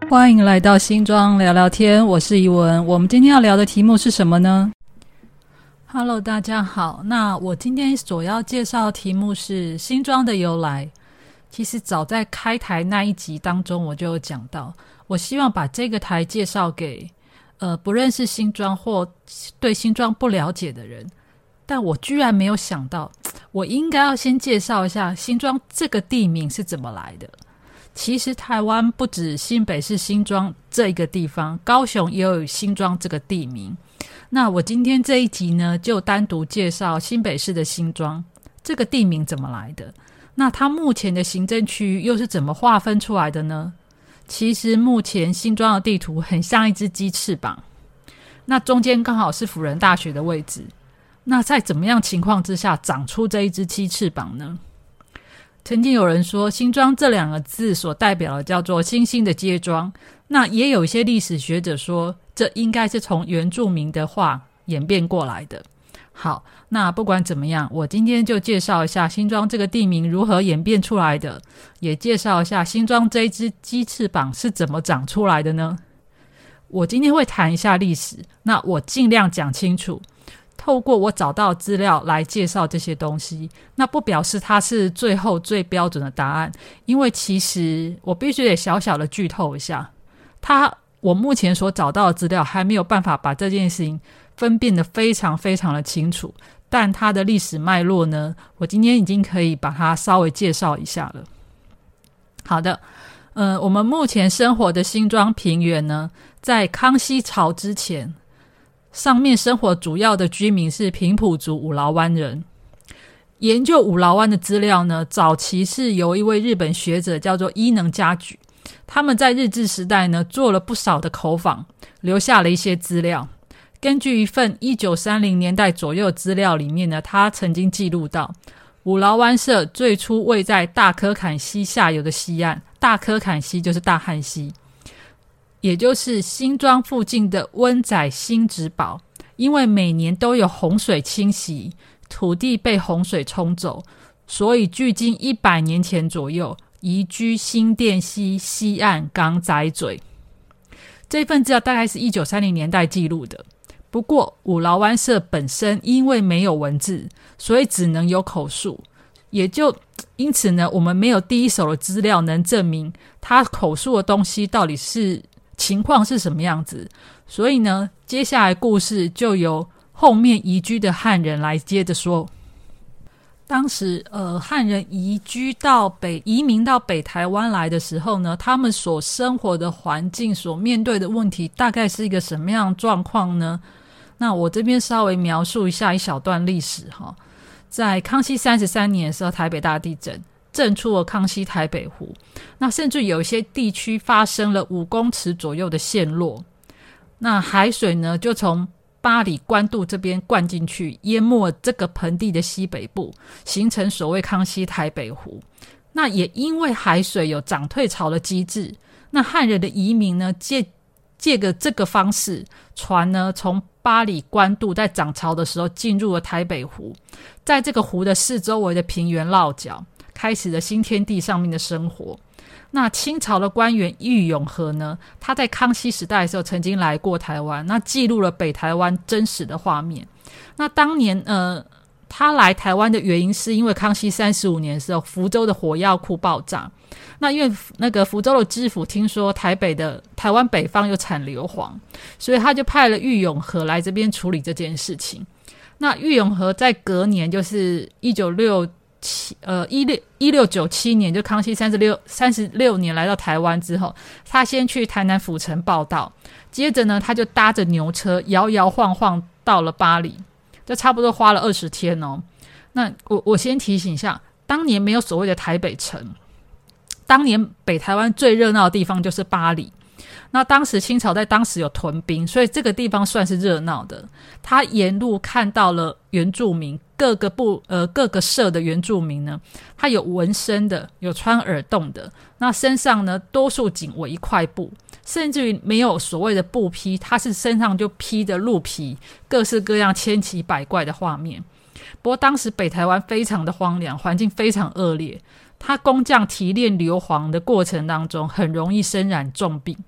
欢迎来到新庄聊聊天，我是怡文。我们今天要聊的题目是什么呢？ Hello， 大家好。那我今天所要介绍的题目是新庄的由来。其实早在开台那一集当中我就有讲到，我希望把这个台介绍给不认识新庄或对新庄不了解的人，但我居然没有想到我应该要先介绍一下新庄这个地名是怎么来的。其实台湾不止新北市新庄这一个地方，高雄也有新庄这个地名。那我今天这一集呢，就单独介绍新北市的新庄这个地名怎么来的。那它目前的行政区域又是怎么划分出来的呢？其实目前新庄的地图很像一只鸡翅膀，那中间刚好是辅仁大学的位置。那在怎么样情况之下长出这一只鸡翅膀呢？曾经有人说新庄这两个字所代表的叫做新兴的街庄，那也有一些历史学者说这应该是从原住民的话演变过来的。好，那不管怎么样，我今天就介绍一下新庄这个地名如何演变出来的，也介绍一下新庄这一只鸡翅膀是怎么长出来的呢？我今天会谈一下历史，那我尽量讲清楚，透过我找到的资料来介绍这些东西，那不表示它是最后最标准的答案，因为其实我必须得小小的剧透一下，我目前所找到的资料还没有办法把这件事情分辨得非常非常的清楚，但它的历史脉络呢，我今天已经可以把它稍微介绍一下了。好的，我们目前生活的新庄平原呢，在康熙朝之前，上面生活主要的居民是平埔族五劳湾人。研究五劳湾的资料呢，早期是由一位日本学者叫做伊能嘉矩，他们在日治时代呢做了不少的口访，留下了一些资料。根据一份1930年代左右的资料里面呢，他曾经记录到五劳湾社最初位在大科坎溪下游的西岸，大科坎溪就是大汉溪，也就是新庄附近的温仔新植堡，因为每年都有洪水侵袭，土地被洪水冲走，所以距今100年前左右移居新店溪西岸港仔嘴。这份资料大概是1930年代记录的，不过五劳湾社本身因为没有文字，所以只能有口述，也就因此呢，我们没有第一手的资料能证明他口述的东西到底是情况是什么样子，所以呢，接下来故事就由后面移居的汉人来接着说。当时汉人移民到北台湾来的时候呢，他们所生活的环境所面对的问题大概是一个什么样的状况呢？那我这边稍微描述一下一小段历史哈。在康熙33年的时候，台北大地震震出了康熙台北湖，那甚至有一些地区发生了5公尺左右的陷落，那海水呢就从八里关渡这边灌进去，淹没这个盆地的西北部，形成所谓康熙台北湖。那也因为海水有涨退潮的机制，那汉人的移民呢借个这个方式，船呢从八里关渡在涨潮的时候进入了台北湖，在这个湖的四周围的平原落脚，开始了新天地上面的生活。那清朝的官员郁永河呢，他在康熙时代的时候曾经来过台湾，那记录了北台湾真实的画面。那当年他来台湾的原因是因为康熙35年的时候，福州的火药库爆炸，那因为那个福州的知府听说台湾北方有产硫磺，所以他就派了郁永河来这边处理这件事情。那郁永河在隔年就是1697年，就康熙36年来到台湾之后，他先去台南府城报道，接着呢他就搭着牛车摇摇晃晃到了巴黎，这差不多花了20天哦。那我先提醒一下，当年没有所谓的台北城，当年北台湾最热闹的地方就是巴黎。那当时清朝在当时有屯兵，所以这个地方算是热闹的。他沿路看到了原住民，各个社的原住民呢，他有纹身的，有穿耳洞的，那身上呢多数仅围一块布，甚至于没有所谓的布匹，他是身上就披着鹿皮，各式各样千奇百怪的画面。不过当时北台湾非常的荒凉，环境非常恶劣，他工匠提炼硫磺的过程当中很容易生染重病，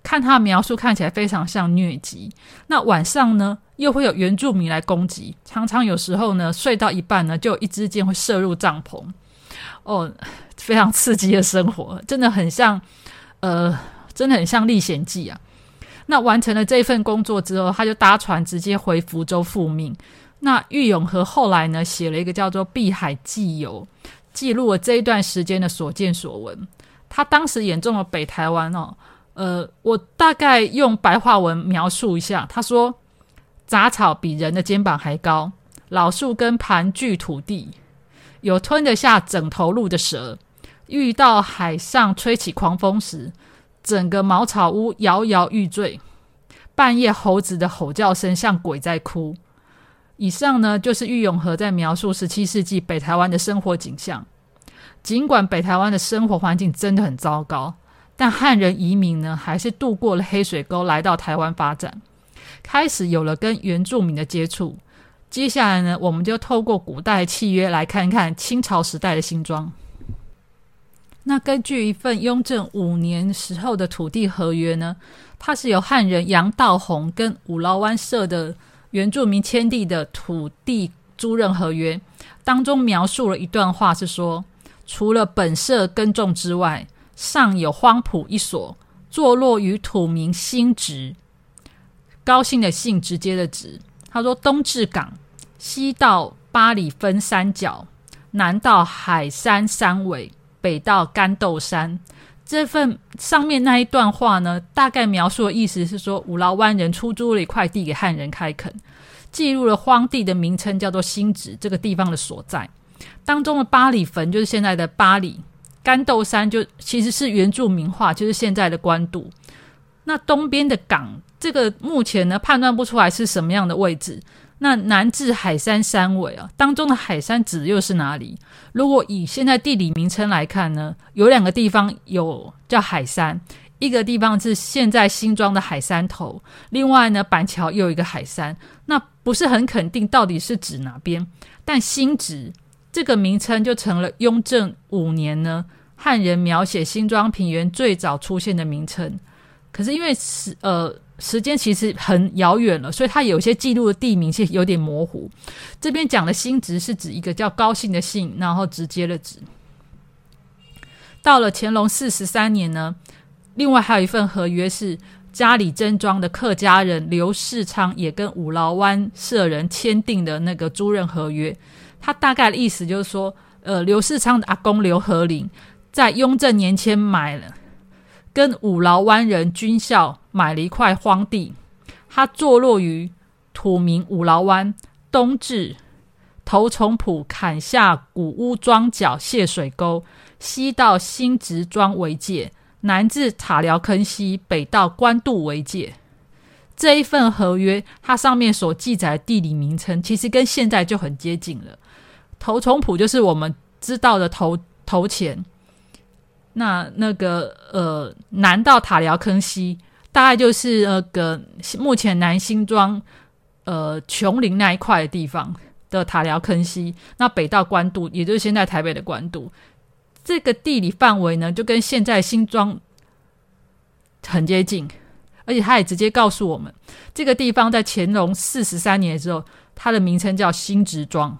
看他描述看起来非常像疟疾。那晚上呢又会有原住民来攻击，常常有时候呢睡到一半呢就有一支箭会射入帐篷。非常刺激的生活，真的很像历险记啊。那完成了这一份工作之后，他就搭船直接回福州复命。那郁永河后来呢写了一个叫做《碧海记游》，记录了这一段时间的所见所闻。他当时眼中的北台湾我大概用白话文描述一下。他说，杂草比人的肩膀还高，老树根盘踞土地，有吞得下整头鹿的蛇，遇到海上吹起狂风时，整个茅草屋摇摇欲坠，半夜猴子的吼叫声像鬼在哭。以上呢就是郁永河在描述17世纪北台湾的生活景象。尽管北台湾的生活环境真的很糟糕，但汉人移民呢还是渡过了黑水沟来到台湾发展，开始有了跟原住民的接触。接下来呢，我们就透过古代契约来看看清朝时代的新庄。那根据一份雍正5年时候的土地合约呢，它是由汉人杨道洪跟五劳湾社的原住民签订的土地租赁合约，当中描述了一段话，是说，除了本社耕种之外，尚有荒圃一所，坐落于土名新直，高兴的兴，直接的直。他说，东至港，西到八里分三角，南到海山山尾，北到干豆山。这份上面那一段话呢，大概描述的意思是说，五劳湾人出租了一块地给汉人开垦，记录了荒地的名称叫做新直这个地方的所在。当中的八里坟就是现在的八里，干豆山就其实是原住民话，就是现在的关渡。那东边的港，这个目前呢判断不出来是什么样的位置。那南至海山山尾当中的海山指又是哪里？如果以现在地理名称来看呢，有2个地方有叫海山，一个地方是现在新庄的海山头，另外呢板桥又有一个海山。那不是很肯定到底是指哪边，但新直这个名称就成了雍正5年呢汉人描写新庄平原最早出现的名称。可是因为时间其实很遥远了，所以它有些记录的地名是有点模糊。这边讲的新直是指一个叫高兴的兴，然后直接的直。到了乾隆43年呢，另外还有一份合约是嘉里真庄的客家人刘世昌也跟五劳湾社人签订的那个租赁合约。他大概的意思就是说，刘世昌的阿公刘和林在雍正年间买了，跟五劳湾人军校买了一块荒地，它坐落于土名五劳湾，东至头重埔砍下古屋庄角泄水沟，西到新直庄为界，南至塔寮坑溪，北到关渡为界。这一份合约它上面所记载的地理名称其实跟现在就很接近了。头重埔就是我们知道的头前，那个南到塔寮坑溪大概就是目前南新庄琼林那一块的地方的塔寮坑溪，那北到关渡也就是现在台北的关渡。这个地理范围呢就跟现在新庄很接近，而且他也直接告诉我们这个地方在乾隆43年之后它的名称叫新直庄。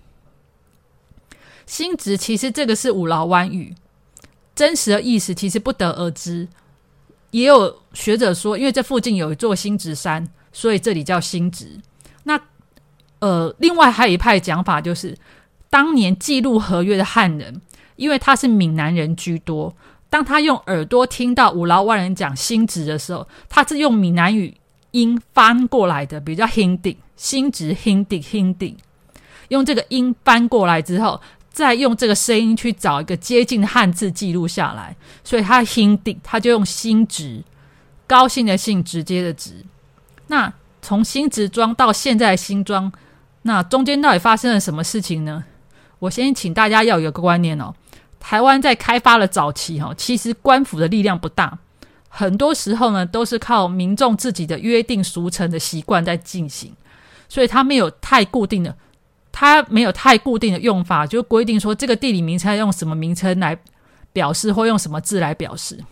新直其实这个是五劳湾语，真实的意思其实不得而知。也有学者说因为这附近有一座新直山，所以这里叫新直。那另外还有一派讲法，就是当年记录合约的汉人，因为他是闽南人居多，当他用耳朵听到五劳湾人讲新直的时候，他是用闽南语音翻过来的，比较 Hindi 新直 Hindi 用这个音翻过来之后，再用这个声音去找一个接近的汉字记录下来，所以他 Hindi 他就用新直，高兴的兴，直接的直。那从新直庄到现在的新庄，那中间到底发生了什么事情呢？我先请大家要有一个观念台湾在开发的早期其实官府的力量不大，很多时候呢都是靠民众自己的约定俗成的习惯在进行，所以它没有太固定的用法，就规定说这个地理名称用什么名称来表示，或用什么字来表示。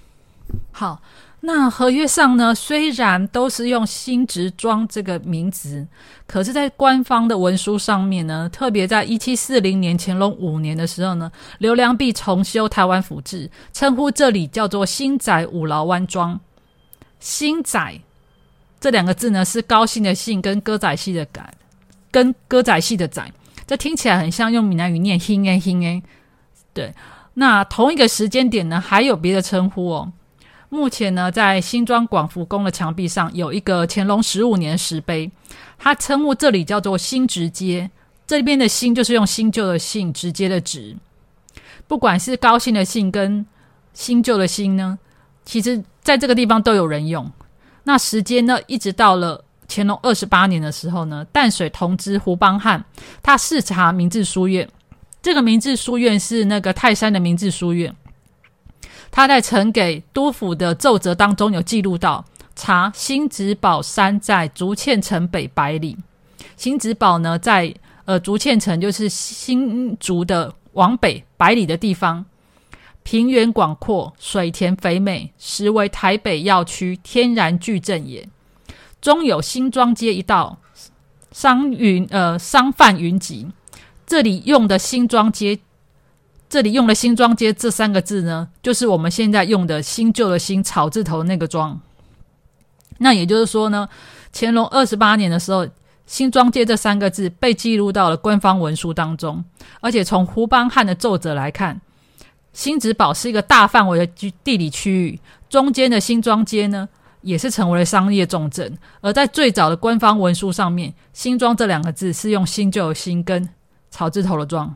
好，那合约上呢，虽然都是用新植庄这个名字，可是在官方的文书上面呢，特别在1740年乾隆5年的时候呢，刘良弼重修台湾府志，称呼这里叫做新仔五劳湾庄。新仔这两个字呢，是高兴的兴跟歌仔戏的改，跟歌仔戏的仔，这听起来很像用闽南语念兴诶兴诶。对，那同一个时间点呢，还有别的称呼哦。目前呢，在新庄广福宫的墙壁上有一个乾隆15年石碑，它称呼这里叫做新直街。这边的新就是用新旧的新，直接的直。不管是高兴的兴跟新旧的新呢，其实在这个地方都有人用。那时间呢，一直到了乾隆28年的时候呢，淡水同知胡邦汉他视察明治书院，这个明治书院是那个泰山的明治书院。他在呈给督府的奏折当中有记录到，查新植堡山在竹堑城北100里。新植堡呢，在竹堑城就是新竹的往北100里的地方，平原广阔，水田肥美，实为台北要区天然矩阵也。中有新庄街一道，商贩云集。这里用的新庄街这3个字呢，就是我们现在用的新旧的新草字头那个庄。那也就是说呢，乾隆28年的时候，新庄街这3个字被记录到了官方文书当中。而且从胡邦汉的奏折来看，新植堡是一个大范围的地理区域，中间的新庄街呢，也是成为了商业重镇。而在最早的官方文书上面，新庄这2个字是用新旧的新跟草字头的庄。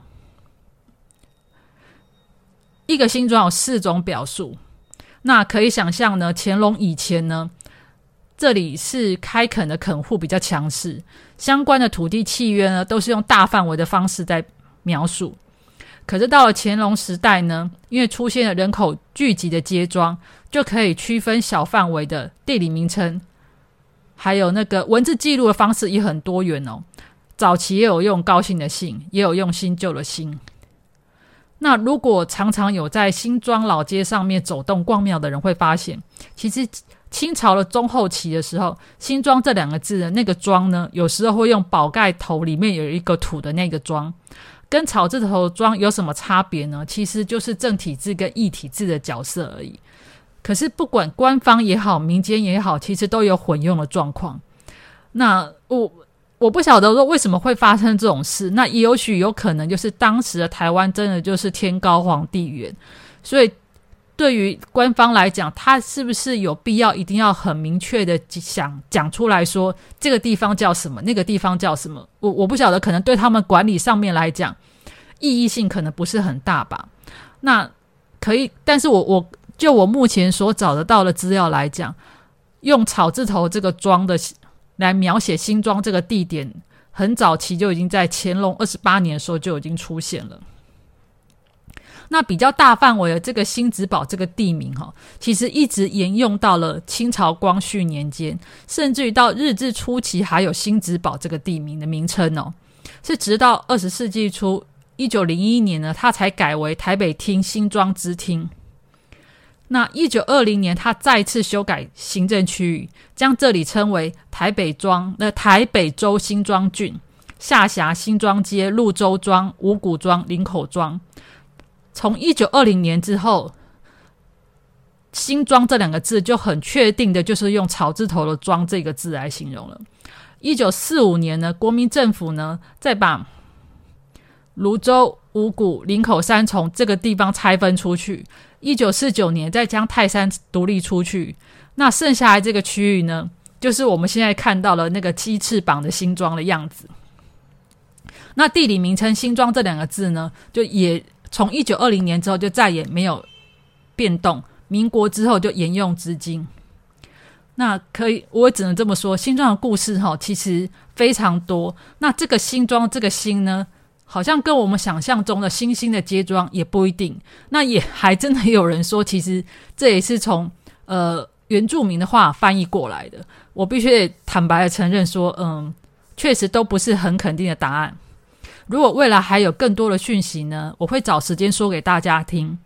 一个新庄有4种表述，那可以想象呢，乾隆以前呢，这里是开垦的垦户比较强势，相关的土地契约呢，都是用大范围的方式在描述。可是到了乾隆时代呢，因为出现了人口聚集的街庄，就可以区分小范围的地理名称，还有那个文字记录的方式也很多元哦。早期也有用高兴的兴，也有用新旧的新。那如果常常有在新庄老街上面走动逛庙的人会发现，其实清朝的中后期的时候，新庄这2个字的那个庄呢，有时候会用宝盖头里面有一个土的那个庄。跟草字头的庄有什么差别呢？其实就是正体字跟异体字的角色而已。可是不管官方也好，民间也好，其实都有混用的状况。那我不晓得说为什么会发生这种事，那也许有可能就是当时的台湾真的就是天高皇帝远，所以对于官方来讲，他是不是有必要一定要很明确的讲出来说这个地方叫什么，那个地方叫什么？我不晓得，可能对他们管理上面来讲意义性可能不是很大吧。那可以，但是就我目前所找得到的资料来讲，用草字头这个庄的来描写新庄这个地点，很早期就已经在乾隆28年的时候就已经出现了。那比较大范围的这个新植堡这个地名其实一直沿用到了清朝光绪年间，甚至于到日治初期还有新植堡这个地名的名称是直到20世纪初1901年呢，它才改为台北厅新庄支厅。那1920年他再次修改行政区域，将这里称为台北州新庄郡，下辖新庄街、潞洲庄、五股庄、林口庄。从1920年之后，新庄这2个字就很确定的就是用草字头的庄这个字来形容了。1945年呢，国民政府呢再把泸州、五股、林口3从这个地方拆分出去。1949年再将泰山独立出去，那剩下来这个区域呢，就是我们现在看到了那个鸡翅膀的新庄的样子。那地理名称新庄这2个字呢，就也从1920年之后就再也没有变动，民国之后就沿用至今。那可以，我也只能这么说，新庄的故事其实非常多。那这个新庄这个新呢，好像跟我们想象中的新兴的街庄也不一定。那也还真的有人说，其实这也是从原住民的话翻译过来的。我必须坦白的承认说，确实都不是很肯定的答案。如果未来还有更多的讯息呢，我会找时间说给大家听。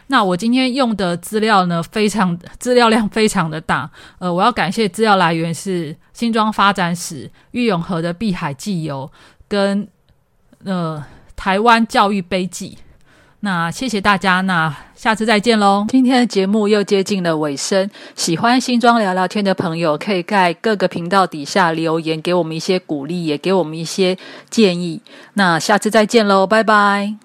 那我今天用的资料呢，资料量非常的大。我要感谢资料来源是新庄发展史、郁永河的碧海纪游跟台湾教育碑记。那谢谢大家，那下次再见咯。今天的节目又接近了尾声，喜欢新庄聊聊天的朋友可以在各个频道底下留言给我们一些鼓励，也给我们一些建议。那下次再见咯，拜拜。